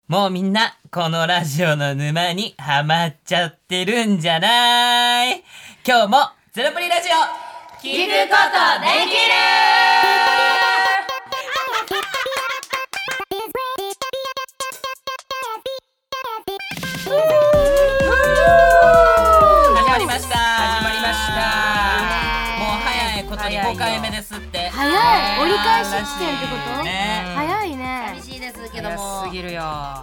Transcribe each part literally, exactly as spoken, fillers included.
もうみんなこのラジオの沼にハマっちゃってるんじゃない？今日もゼロプリラジオ聞くことできる。始まりました始まりましたもう早いことにごかいめですって。 早い、折り返し地点ってこと、 ね、 早いね。 寂しいですけども早すぎるよ。はい、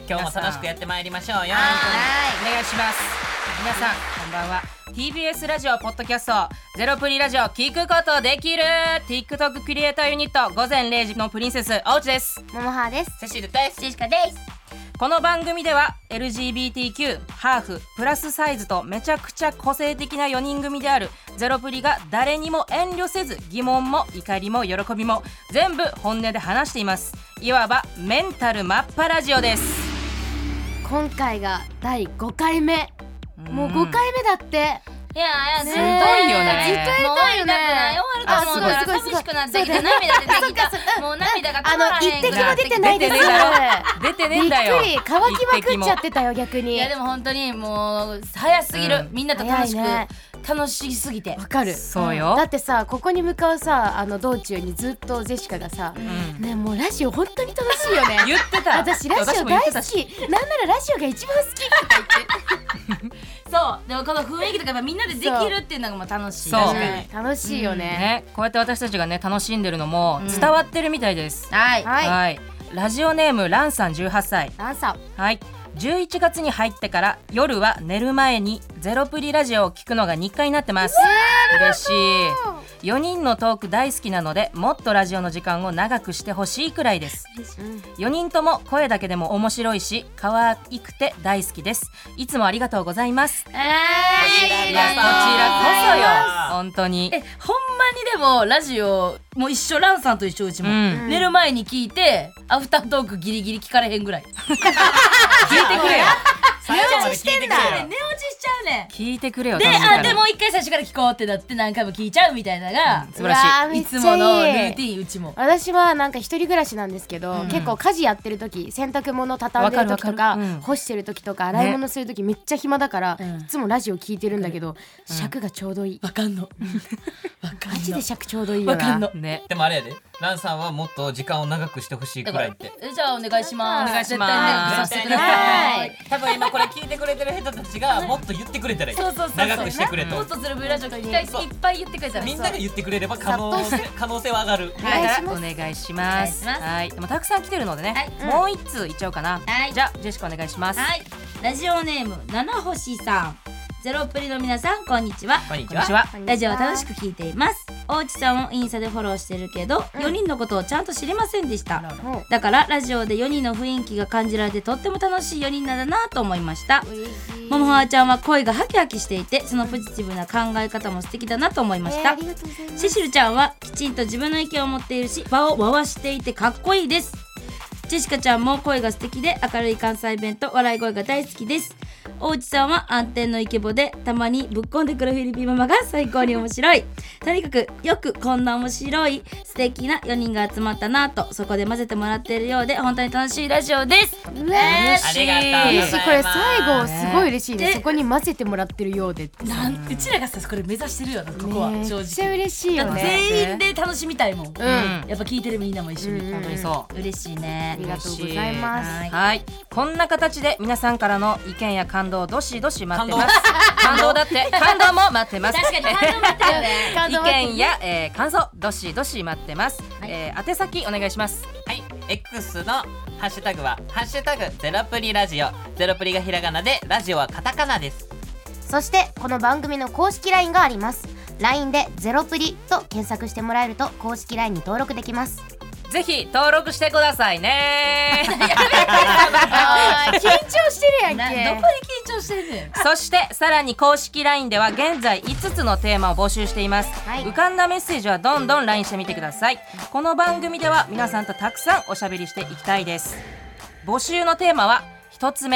今日も楽しくやってまいりましょうよ。 はい、お願いします。皆さんこんばんは。 ティービーエス ラジオポッドキャストゼロプリラジオ聞くことできる TikTok クリエイターユニット午前れいじのプリンセスおうちです。 ももはです。 セシルです。 ジェシカです。 この番組では エルジービーティーキュー、ハーフ、プラスサイズとめちゃくちゃ個性的なよにん組であるゼロプリが誰にも遠慮せず疑問も怒りも喜びも全部本音で話しています。いわばメンタルマッパラジオです。 今回がだいごかいめ。もうごかいめだって。 いやいや、 すごいよね。 ずっとやりたいよね。 終わると思うから寂しくなってきて涙出てきた。もう涙が止まらへん。 あの一滴も出てないです。 出てねえんだよ。 びっくり、乾きまくっちゃってたよ逆に。 いやでも本当にもう早すぎる、うん、みんなと楽しく、ね、楽しすぎてわかる。 そうよ。 だってさ、ここに向かうさ、あの道中にずっとジェシカがさ、うん、ね、もうラジオ本当に楽しいよね。 言ってた。 私ラジオ大好き。なんならラジオが一番好きとか言って。 そうでもこの雰囲気とかやっぱみんなでできるっていうのがもう楽しい。 そう、 楽しいよね。 ね、こうやって私たちがね楽しんでるのも伝わってるみたいです。 うん、はい、 はいはい。ラジオネームランさんじゅうはっさい。 ランさん。 はい。じゅういちがつに入ってから夜は寝る前にゼロプリラジオを聞くのが日課になってます。嬉しい。よにんのトーク大好きなのでもっとラジオの時間を長くしてほしいくらいです。よにんとも声だけでも面白いし可愛くて大好きです。いつもありがとうございます。 えー、 こちらこそよ本当に。 え、ほんまにでもラジオもう一緒、ランさんと一緒、うちも、うん、寝る前に聞いてアフタートークギリギリ聞かれへんぐらい聞いてくれよ。 寝落ちしてんだ。寝落ちしちゃうね。 聞いてくれよ。 で、あ、でもう一回最初から聞こうってなって何回も聞いちゃうみたいなのが、 うん、素晴らしい。 いつものルーティン。うちも私はなんか一人暮らしなんですけど、うん、結構家事やってる時、洗濯物畳んでる時とか、うん、干してる時とか洗い物する時、ね、めっちゃ暇だから、うん、いつもラジオ聞いてるんだけど、うん、尺がちょうどいい。 わかんのわかんのマジで尺ちょうどいいよな。 わかんの、 ね、でもあれやで、ランさんはもっと時間を長くしてほしいくらいって。 え、じゃあお願いします。 お願いします。 絶対ね、はい、 多分今これ聞いてくれてる人たちがもっと言ってくれたらいい。 そうそうそうそう、 長くしてくれと。 もっとゼロプリラジオ聞きたいっていっぱい言ってくれたら、 みんなが言ってくれれば可能性可能性は上がる。 お願いします。はい。でもたくさん来てるのでね、はい、もう一通いっちゃおうかな。はい、じゃあジェシカお願いします。 はい。ラジオネーム七星さん。ゼロプリの皆さんこんにちは。 こんにちは。 ラジオを楽しく聞いています。大地さんをインスタでフォローしてるけど、うん、よにんのことをちゃんと知りませんでした。だからラジオでよにんの雰囲気が感じられてとっても楽しいよにんなんだなと思いました。ももはちゃんは声がハキハキしていて、そのポジティブな考え方も素敵だなと思いました。えー、シシルちゃんはきちんと自分の意見を持っているし、場を回していてかっこいいです。ジェシカちゃんも声が素敵で明るい関西弁と笑い声が大好きです。大内さんは安定のイケボでたまにぶっこんでくるフィリピンママが最高に面白い。とにかくよくこんな面白い素敵なよにんが集まったなと、そこで混ぜてもらっているようで本当に楽しいラジオです。 うわー、 ありがとうございます。 これ最後すごい嬉しいね。そこに混ぜてもらってるようで、 なんうちらがさこれ目指してるよな、ここは正直めっちゃ嬉しいよね。 全員で楽しみたいもん、うん、やっぱ聞いてるみんなも一緒に、 うん、本当にそう嬉しいね。 ありがとうございます。 はい、はい、こんな形で皆さんからの意見や感動をどしどし待ってます。感動だって感動も待ってます。 確かに感動待ってるね。 意見や、えー、感想どしどし待ってます。はい、えー、宛先お願いします。 はい、X のハッシュタグはハッシュタグゼロプリラジオ。ゼロプリがひらがなでラジオはカタカナです。 そしてこの番組の公式 ライン があります。 ライン でゼロプリと検索してもらえると公式 ライン に登録できます。 ぜひ登録してくださいね。 あ緊張してるやんけ。 どこに緊張してんねん。 そしてさらに公式 ライン では現在いつつのテーマを募集しています。はい、浮かんだメッセージはどんどん ライン してみてください。この番組では皆さんとたくさんおしゃべりしていきたいです。募集のテーマはひとつめ、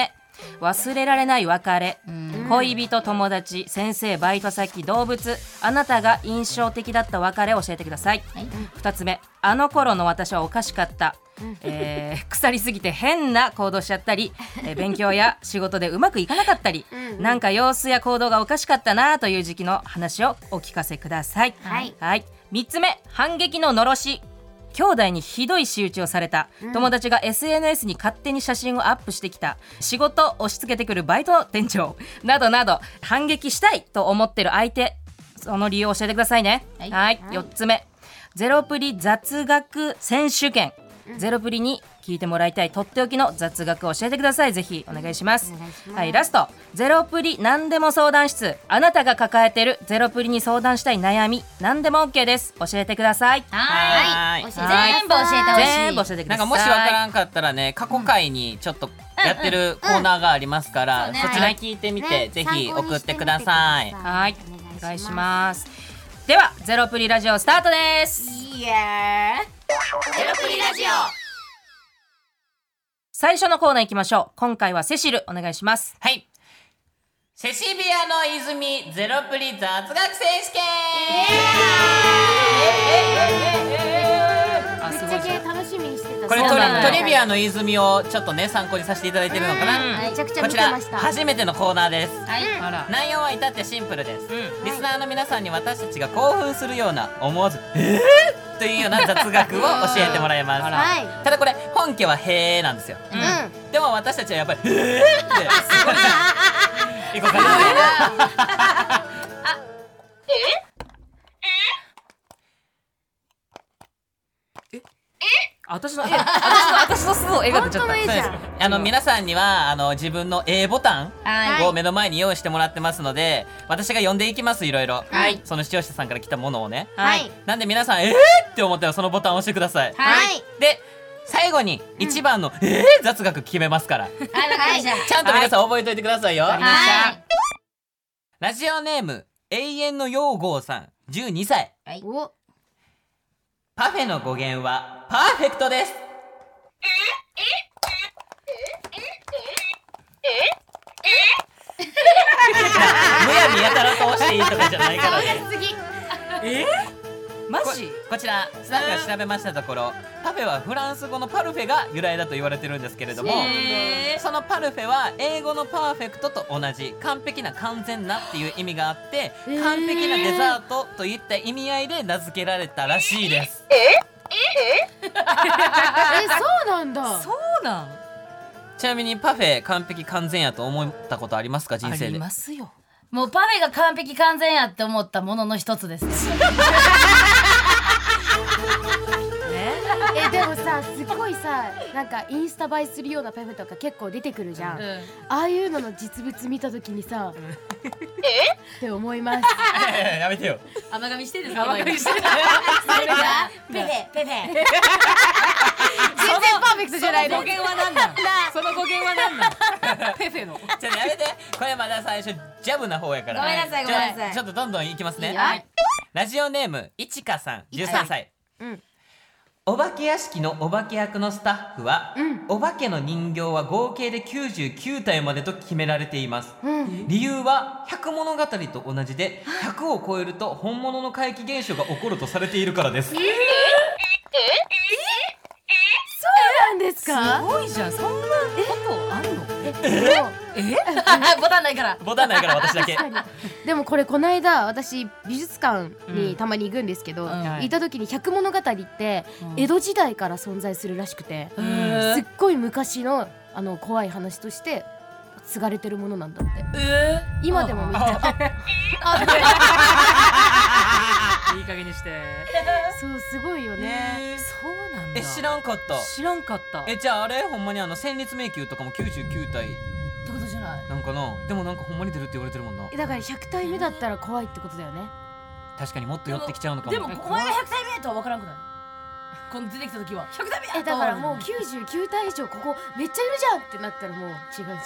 忘れられない別れ、恋人、友達、先生、バイト先、動物、あなたが印象的だった別れを教えてください。はい、ふたつめ、あの頃の私はおかしかった、えー、腐りすぎて変な行動しちゃったり、えー、勉強や仕事でうまくいかなかったり、なんか様子や行動がおかしかったなという時期の話をお聞かせください。はい、はい、みっつめ、反撃ののろし。兄弟にひどい仕打ちをされた、うん、友達が エスエヌエス に勝手に写真をアップしてきた、仕事を押し付けてくるバイト店長などなど、反撃したいと思ってる相手、その理由を教えてくださいね。はい、はい、よっつめ、ゼロプリ雑学選手権、うん、ゼロプリに聞いてもらいたいとっておきの雑学を教えてください。ぜひお願いします。はい、ラスト、ゼロプリ何でも相談室。あなたが抱えてるゼロプリに相談したい悩み、何でも OK です。教えてください。 はい、全部教えてほしい。 全部教えてください。 なんかもしわからんかったらね、過去回にちょっとやってるコーナーがありますから、うんうんうん、そちら聞いてみて、ね、ぜひ送ってください。 はい、お願いします。ではゼロプリラジオスタートです。 イエーゼロプリラジオ。 最初のコーナー行きましょう。今回はセシルお願いします。 はい、セシビアの泉ゼロプリ雑学選手権。 ぶっちゃけ楽しみにしてた。 これト リ, トリビアの泉をちょっとね参考にさせていただいてるのかな。 めちゃくちゃ見てました。 こちら初めてのコーナーです。 はい、 内容は至ってシンプルです、うん、リスナーの皆さんに私たちが興奮するような、思わずえーというような雑学を教えてもらいます。はい、ただこれ本家はへーなんですよ、うん、でも私たちはやっぱりへーってすごいいこうかな。あえ私の、私の、私のすごい笑顔出ちゃった。 本当の絵じゃん。 あの皆さんにはあの自分の A ボタンを目の前に用意してもらってますので、私が読んでいきます。いろいろ、はい、その視聴者さんから来たものをね、はい、なんで皆さんえーって思ったらそのボタンを押してください。はい、で最後に一番の、うん、えー雑学決めますから、はい、ちゃんと皆さん覚えておいてくださいよ。はい、ラジオネーム永遠のヨーゴーさんじゅうにさい、はい、パフェの語源はパーフェクトです。むやみやたらと押していいとかじゃないからね。 えマジこ, こちらスタッフが調べましたところ、パフェはフランス語のパルフェが由来だと言われてるんですけれども、そのパルフェは英語のパーフェクトと同じ完璧な完全なっていう意味があって、完璧なデザートといった意味合いで名付けられたらしいです。えええそうなんだ。 そうなん。 ちなみにパフェ完璧完全やと思ったことありますか、人生で。 ありますよ。 もうパフェが完璧完全やって思ったものの一つです。 えでもさ、すごいさ、なんかインスタ映えするようなパフェとか結構出てくるじゃん、うん、ああいうのの実物見た時にさ、うん、えって思います。 やめてよ。 甘噛みしてるんですか。甘噛みしてる。ペフェペフェ。全然パーフェクトじゃないの。 その語源は何なん。その語源は何なん。ペフェの。 ちょっとやめて。これまだ最初ジャブな方やから。 ごめんなさいごめんなさい。 ちょっとどんどんいきますね。 いいはい、 ラジオネームいちかさんじゅうさんさい。うん。お化け屋敷のお化け役のスタッフは、うん、お化けの人形は合計できゅうじゅうきゅうたいまでと決められています、うん、理由は百物語と同じでひゃくを超えると本物の怪奇現象が起こるとされているからです。えー、ええそうなんですか。 すごいじゃん。そんなことあんの。ええボタンないからボタンないから私だけ。 でもこれこの間私美術館にたまに行くんですけど、うん、行った時に百物語って江戸時代から存在するらしくて、うん、すっごい昔のあの怖い話として継がれてるものなんだって、えー、今でも見た。 いい加減にして。 そうすごいよね、 えー、そうなんだ。 え知らんかった。 知らんかった。 えじゃああれほんまにあの戦慄迷宮とかもきゅうじゅうきゅうたいってことじゃないなんかな。でもなんかほんまに出るって言われてるもんな。 だからひゃくたいめだったら怖いってことだよね。 確かにもっと寄ってきちゃうのかも。 でもお前がひゃくたいめとは分からんくない。この出てきた時はひゃくたいめやえだからもうきゅうじゅうきゅうたい以上ここめっちゃいるじゃんってなったらもう違うんじゃない。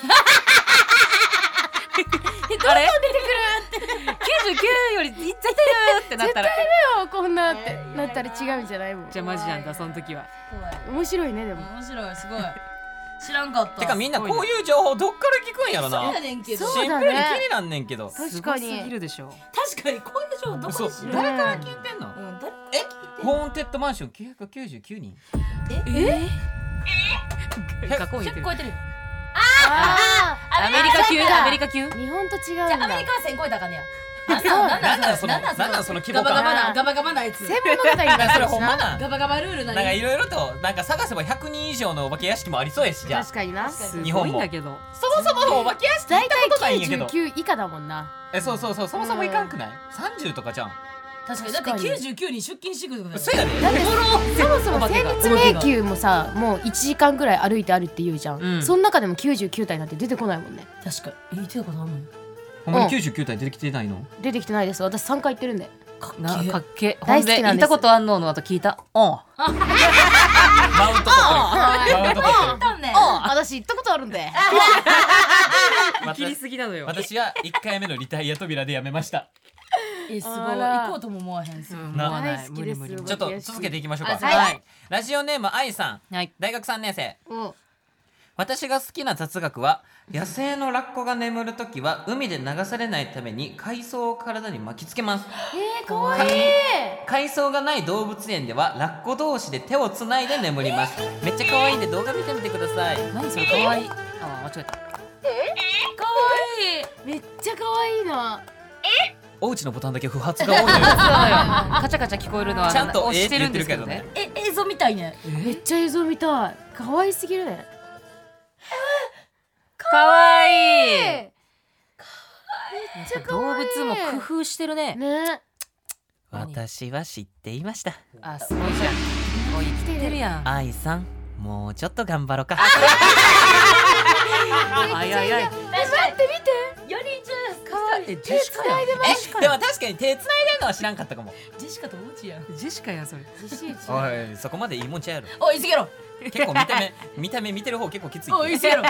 あれ出てくるってきゅうじゅうきゅうより絶対いるってなったら絶対いるよこんなってなったら違うんじゃないもん。 じゃあマジなんだその時は。 面白いね。でも面白いすごい。 知らんかった。 てかみんなこういう情報どっから聞くんやろな。 そうやねんけど。 シンプルに気になんねんけど。 確かにすごすぎるでしょ。 確かにこういう情報どこで知る？ 誰から聞いてんの？ うん、誰？ え？ホーンテッドマンションきゅうひゃくきゅうじゅうきゅうにん。 え？ え？過去に言ってる。 ひゃく超えてる。 あアメリカ級、アメリカ級。 ー日本と違うんじゃあアだメリカはせん超えたかねや。 なんなんそのなんなんその規模ガバガバ感。 なガバガバなやつ。 専門の方になそれほんまなん。 ガバガバルールななんかいろいろとなんか探せばひゃくにん以上のお化け屋敷もありそうやしじゃあ。 確かになすごいんだけど。 そもそものお化け屋敷行っ大たことないんやけど。 体きゅうじゅうきゅう以下だもんな。 えそうそうそうそもそもいかんくない？さんじゅうとかじゃん。 確かにだってきゅうじゅうきゅうにん出勤してくるってことそうやで。 だってそもそも精密迷宮もさもういちじかんぐらい歩いてあるって言うじゃん、 うん、 その中でもきゅうじゅうきゅう体なんて出てこないもんね。 確かに。え言ってたことあるの？ ほんまにきゅうじゅうきゅう体出てきてないの？ 出てきてないです。私さんかい行ってるんで。 かなかっけ。 大好きなんです。 ほんで言ったことあんのの後聞いた。おん。 マウント取ってる。マウント取ってる。 たんね。 私行ったことあるんで。 切りすぎなのよ。 私はいっかいめのリタイア扉でやめました。 えすごい。 あら行こうとも思わへんす。 うんな思わない大好きです無理無理ちょっと続けていきましょうか。 はいはい。ラジオネーム愛さん、 はい。 大学さんねん生。 うん私が好きな雑学は野生のラッコが眠るときは海で流されないために海藻を体に巻きつけます。 えー、かわいい。 海藻がない動物園ではラッコ同士で手をつないで眠ります。めっちゃ可愛いんで動画見てみてください。 何それ可愛い。あ間違えた。 かわいい。 めっちゃかわいいな。 おうちのボタンだけ不発が多いのよ。 カチャカチャ聞こえるのはちゃんと押してるんですけどね。 え映像みたいね。 めっちゃ映像見たい。かわいすぎるね。 かわいい。 めっちゃか動わいい。 物も工夫してるね。 ね。 私は知っていました。 あすごいじゃん。もう生きてるやん。 愛さん、もうちょっと頑張ろうか。 あいあいあい。 待って見て。 よりんちゃん。 かわいい。 えジェシカやん。 えでも確かに手つないでんのは知らんかったかも。 ジェシカとオチやん。 ジェシカやんそれ。 実習中。 おいそこまでいいもんちゃうやろ。 おいすげろ。 結構見た目見た目見てる方結構きついって。 おいすげろ。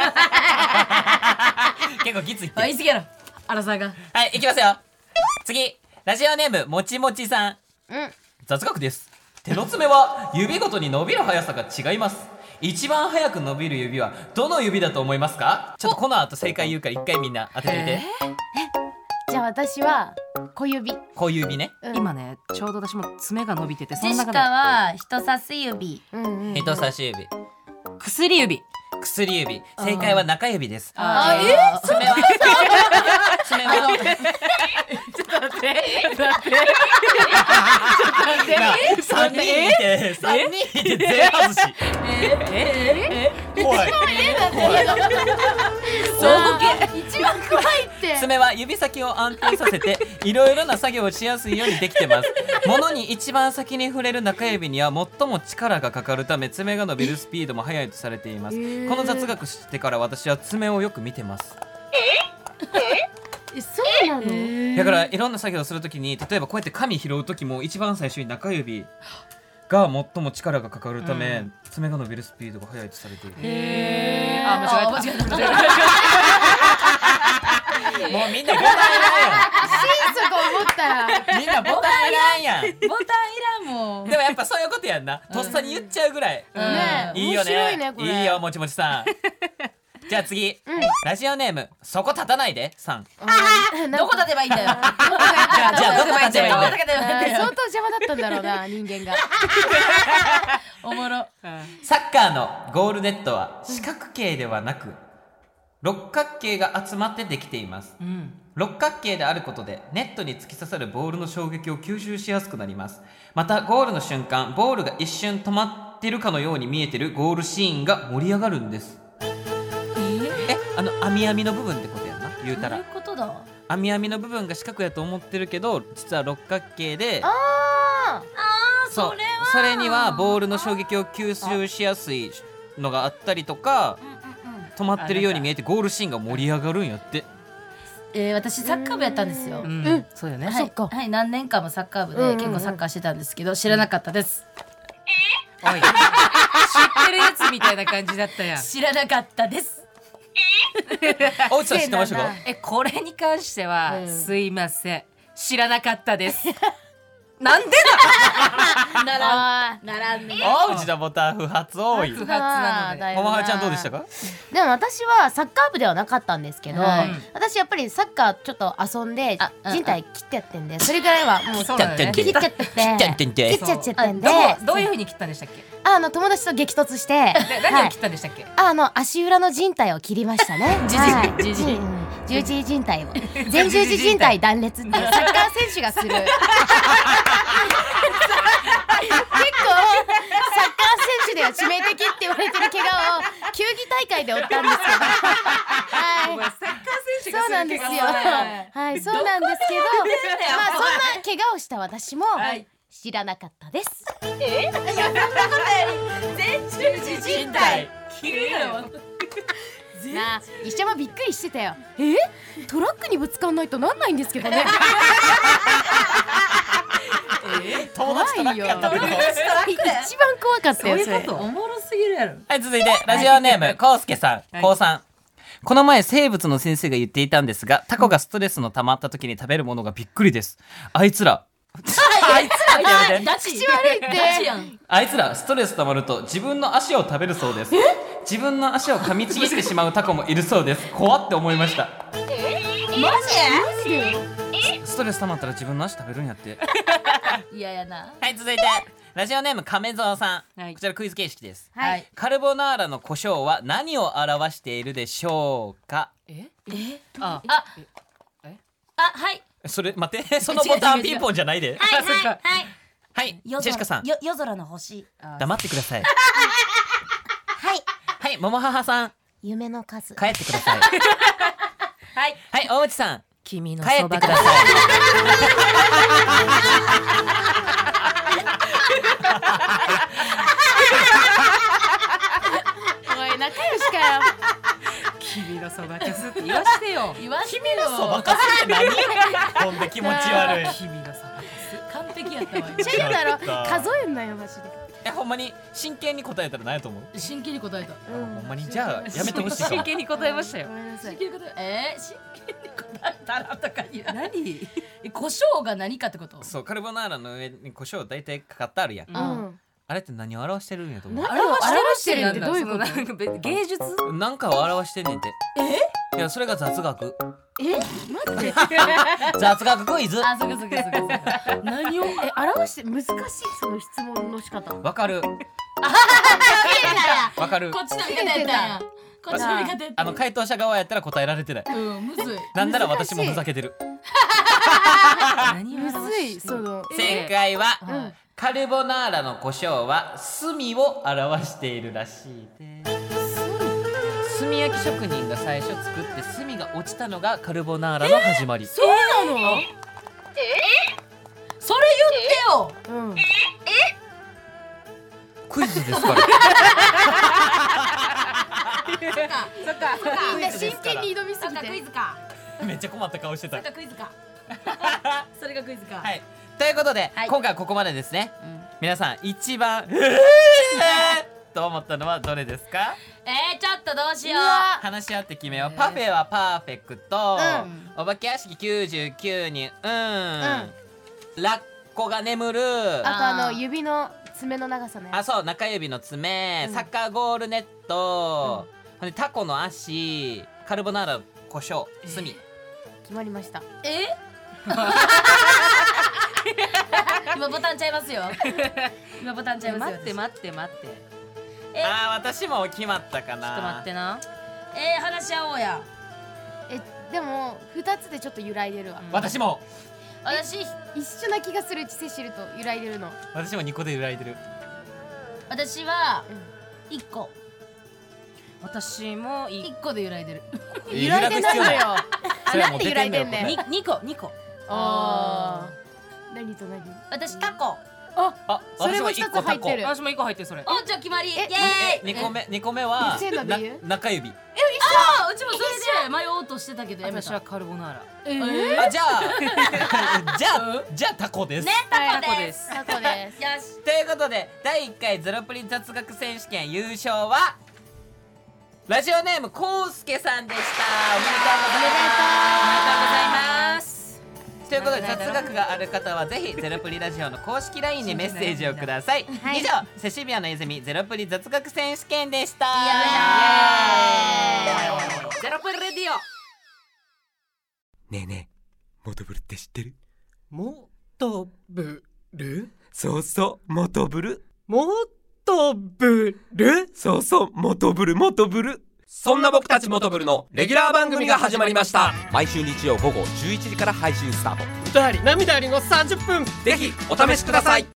結構きついっておいすげろ。アラサーが。 はい行きますよ。次ラジオネームもちもちさん。 うん。 雑学です。手の爪は指ごとに伸びる速さが違います。一番早く伸びる指はどの指だと思いますか？ちょっとこの後正解言うから一回みんな当ててみて。 じゃあ私は小指。 小指ね。 うん今ねちょうど私も爪が伸びててそジェシカの中では人差し指。 うんうん。 人差し指、 薬指。 薬指、正解は中指です。 あえー爪は爪は三人いて三人いて全外し。怖い怖い。 一番怖いって。 爪は指先を安定させていろいろな作業をしやすいようにできてます。物に一番先に触れる中指には最も力がかかるため爪が伸びるスピードも速いとされています。この雑学知ってから私は爪をよく見てます。 え、そうなの？ だからいろんな作業をするときに例えばこうやって紙拾うときも一番最初に中指が最も力がかかるため、うん、爪が伸びるスピードが速いとされている。 へー。あ間違えた間違えた。 もうみんなボタンいらん心底思ったら。 やん。みんなボタンいらんやん。 ボタンいらんもん。 でもやっぱそういうことやんな。とっさに言っちゃうぐらい。 ねえ、 いいよね。 面白いねこれ。 いいよもちもちさん。じゃあ次、ラジオネームそこ立たないでさん。 どこ立てばいいんだよ。 じゃあじゃあどこ立てばいいんだよ。 相当邪魔だったんだろうな人間が。 おもろ。 サッカーのゴールネットは四角形ではなく六角形が集まってできています。六角形であることでネットに突き刺さるボールの衝撃を吸収しやすくなります。またゴールの瞬間ボールが一瞬止まっているかのように見えているゴールシーンが盛り上がるんです。えあの網網の部分ってことやんな言うたら。 どういうことだ。 網網の部分が四角やと思ってるけど実は六角形で、 ああーそうそれはそれにはボールの衝撃を吸収しやすいのがあったりとか止まってるように見えてゴールシーンが盛り上がるんやって。 えー、私サッカー部やったんですよ。 うんうんそうよね。 はい、 そっかはい、何年間もサッカー部うんうんうんで結構サッカーしてたんですけど知らなかったです。 おい知ってるやつみたいな感じだったやん。 知らなかったです。 おうちさん知ってましたか？ えこれに関しては、 うんすいません知らなかったです。 なんでだならならんね大内のボタン不発多い。 不発なので。 ももはちゃんどうでしたか？ でも私はサッカー部ではなかったんですけど、 はい私やっぱりサッカーちょっと遊んであうん人体切ってやってんで、それぐらいはもうそうなのね。 切っちゃってて切っちゃってんて切っちゃっちゃってんで、 どうどういう風に切ったんでしたっけ？ あの友達と激突してで何を切ったんでしたっけ？ あの足裏の靭帯を切りましたね。 じじはいじじうん十字靭帯を前十字靭帯断裂っていうサッカー選手がする結構サッカー選手では致命的って言われてる怪我を球技大会で負ったんですよ。はいお前サッカー選手がそうなんですよ。はいそうなんですけど、まあそんな怪我をした私もはい知らなかったです。 前十字靭帯切るやろなあ、医者もびっくりしてたよ。えトラックにぶつかんないとなんないんですけどね。 友達とラックやったってこと？ 一番怖かったよそれ。 おもろすぎるやろはい、続いてラジオネームこうすけさん、こうさん。この前生物の先生が言っていたんですが、タコがストレスの溜まった時に食べるものがびっくりです。あいつらあいつらってやめて。 ダチ口悪いってダチやんあいつらストレス溜まると自分の足を食べるそうです。自分の足を噛みちぎってしまうタコもいるそうです。怖って思いました。 マストレス溜まったら自分の足食べるんやって。 ジいややなはい、続いてラジオネーム亀蔵さん、 はいこちらクイズ形式です。 はい。 カルボナーラの胡椒は何を表しているでしょうか？ え？え？ああえあはいそれ待ってそのボタンピンポンじゃないで。 はいはいはいはい、ジェシカさんよ夜空の星黙ってください。 はい。 はい、桃母さん夢の数。 帰ってください。 はいはい、大内さん君の帰ってください。 おい仲良しかよ。 君のそばかすって言わしてよ。 言わしてよそばかすって何？ほんで気持ち悪い。 君のそばかす。 完璧やったわちゃうだろ。 った数えんなよマジで。 え、ほんまに真剣に答えたら何やと思う？ 今真剣に答えたほんまにじゃあやめてほしいかも。 真剣に答えましたよご。めんなさい真。剣に答ええー真剣に答えたらとか言う何？ え胡椒が何かってことそう、カルボナーラの上に胡椒大体かかってあるやん。 ううんん。 あれって何を表してるんやと思う？ 何を表してるってどういうこと？ そのなんか別芸術？ なんかを表してんねんて。え？いや、それが雑学。 え待って。 雑学クイズ。 あそうかそうかそうかそうか何をえ表して難しいその質問の仕方。 わかる。わかる。 こっちの味方やったんやこっちの味方やったんやあの回答者側やったら答えられてない。 うんむずいなんなら私もふざけてる。 何むずいその。 正解は、 うんカルボナーラの胡椒は炭を表しているらしいです炭焼き職人が最初作って炭が落ちたのがカルボナーラの始まり。 そうなのそれ言ってようん。 クイズですから。 そっかそっかみんな真剣に挑みすそっかぎて。 クイズかめっちゃ困った顔してた。 そっかクイズかそれがクイズかはい、ということで、 はい今回はここまでですね。 うん皆さん一番えーと思ったのはどれですか？ えーちょっとどうしよう話し合って決めよう。パフェはパーフェクト、 うんお化け屋敷きゅうじゅうきゅうにん、うん、ラッコが眠る、ああとあの指の爪の長さね。 そう中指の爪、 うんサッカーゴールネット、ほんでタコの足、カルボナーラ胡椒炭、 決まりました。 え今ボタンちゃいますよ今ボタンちゃいますよ待って待って待って。 えあー私も決まったかな。 ちょっと待ってな。 えー話し合おうやえでも二つでちょっと揺らいでるわ。 私も私一緒な気がする。チセシルと揺らいでるの。 私もにこで揺らいでる。 私は一個私もい一個で揺らいでる揺らいでないのよ。 それはもうなんで揺らいでんねん。 出てんのよに二個二個。 ああ。何と何？ 私タコあ、 それも私一個一つ入ってる私も一個入ってるそれ。 おじゃあ決まりイエーイえ、二個目二個目はせーので言うな中指。 あうちもそれで迷おうとしてたけどやめた私はカルボナーラ。 えーあ、じゃあじゃあじゃあタコです。 ねタコですタコです。 よしということでだいいっかいゼロプリ雑学選手権優勝はラジオネームこうすけさんでした。おめでとうございます。 おめでとうございます。 ということで雑学がある方はぜひゼロプリラジオの公式 ライン にメッセージをください。はい、以上セシビアの泉ゼロプリ雑学選手権でした。イエーイ。ゼロプリレディオ。 ねえねえ、モトブルって知ってる？ モトブル？ そうそう、モトブル。 モトブル？ そうそう、モトブルモトブル。そんな僕たちモトブルのレギュラー番組が始まりました。毎週日曜午後じゅういちじから配信スタート。 歌あり涙ありのさんじゅっぷん、 ぜひお試しください。